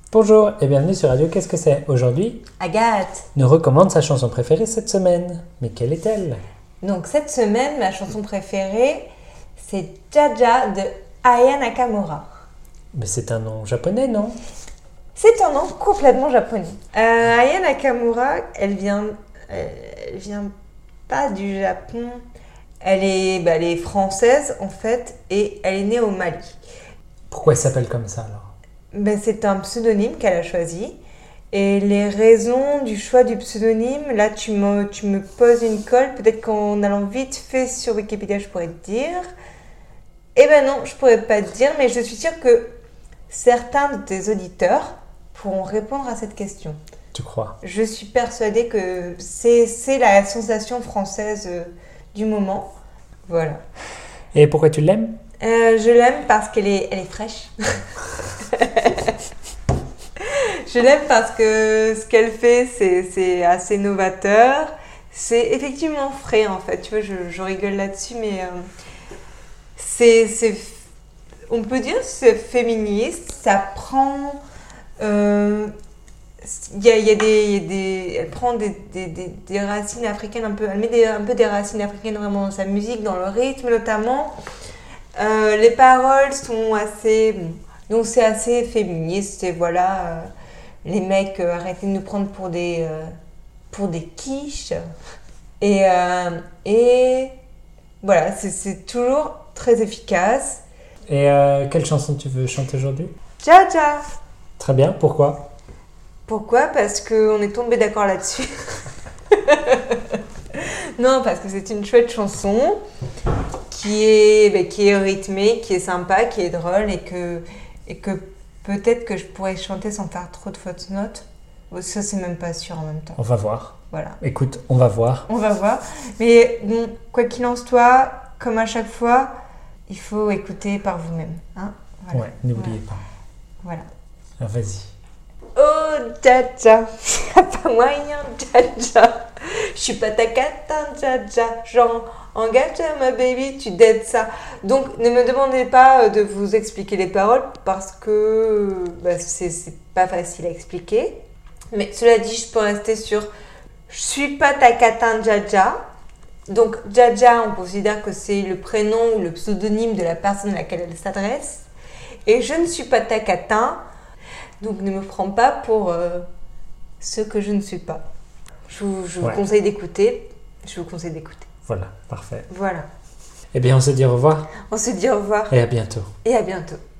Bonjour et bienvenue sur Radio Qu'est-ce que c'est? Aujourd'hui, Agathe. nous recommande sa chanson préférée cette semaine. Mais quelle est-elle? Donc cette semaine, ma chanson préférée, c'est Jaja de Aya Nakamura. Mais c'est un nom japonais, non? C'est un nom complètement japonais. Aya Nakamura, elle vient pas du Japon. Elle est française en fait et elle est née au Mali. Pourquoi elle s'appelle comme ça alors? C'est un pseudonyme qu'elle a choisi. Et les raisons du choix du pseudonyme, là tu me poses une colle, peut-être qu'en allant vite fait sur Wikipédia je pourrais te dire. Eh ben non, je pourrais pas te dire, mais je suis sûre que certains de tes auditeurs pourront répondre à cette question. Tu crois? Je suis persuadée que c'est la sensation française du moment. Voilà. Et pourquoi tu l'aimes? Je l'aime parce qu'elle est fraîche. Je l'aime parce que ce qu'elle fait, c'est assez novateur. C'est effectivement frais en fait. Tu vois, je rigole là-dessus, mais on peut dire que c'est féministe. Ça prend... elle prend des racines africaines un peu. Elle met un peu des racines africaines vraiment dans sa musique, dans le rythme notamment. Les paroles sont assez... Donc c'est assez féministe et voilà... les mecs, arrêtez de nous prendre pour des quiches. Et voilà, c'est toujours très efficace. Et quelle chanson tu veux chanter aujourd'hui? Jaja. Très bien, pourquoi? Pourquoi? Parce qu'on est tombé d'accord là-dessus. Non, parce que c'est une chouette chanson qui est rythmée, qui est sympa, qui est drôle et que peut-être que je pourrais chanter sans faire trop de fausses notes. Ça, c'est même pas sûr en même temps. On va voir. Voilà. Écoute, on va voir. On va voir. Mais bon, quoi qu'il en soit, comme à chaque fois, il faut écouter par vous-même. Hein, voilà. Ouais, n'oubliez pas. Voilà. Alors, vas-y. Oh, Jaja, y'a pas moyen, Jaja. Je suis pas ta cata, Jaja. Genre, engage ma baby, tu dead ça. Donc, ne me demandez pas de vous expliquer les paroles parce que c'est pas facile à expliquer. Mais cela dit, je peux rester sur je suis pas ta cata, Jaja. Donc, Jaja, on considère que c'est le prénom ou le pseudonyme de la personne à laquelle elle s'adresse. Et je ne suis pas ta cata. Donc ne me prends pas pour ce que je ne suis pas. Je vous conseille d'écouter. Je vous conseille d'écouter. Voilà, parfait. Voilà. Eh bien, on se dit au revoir. On se dit au revoir. Et à bientôt. Et à bientôt.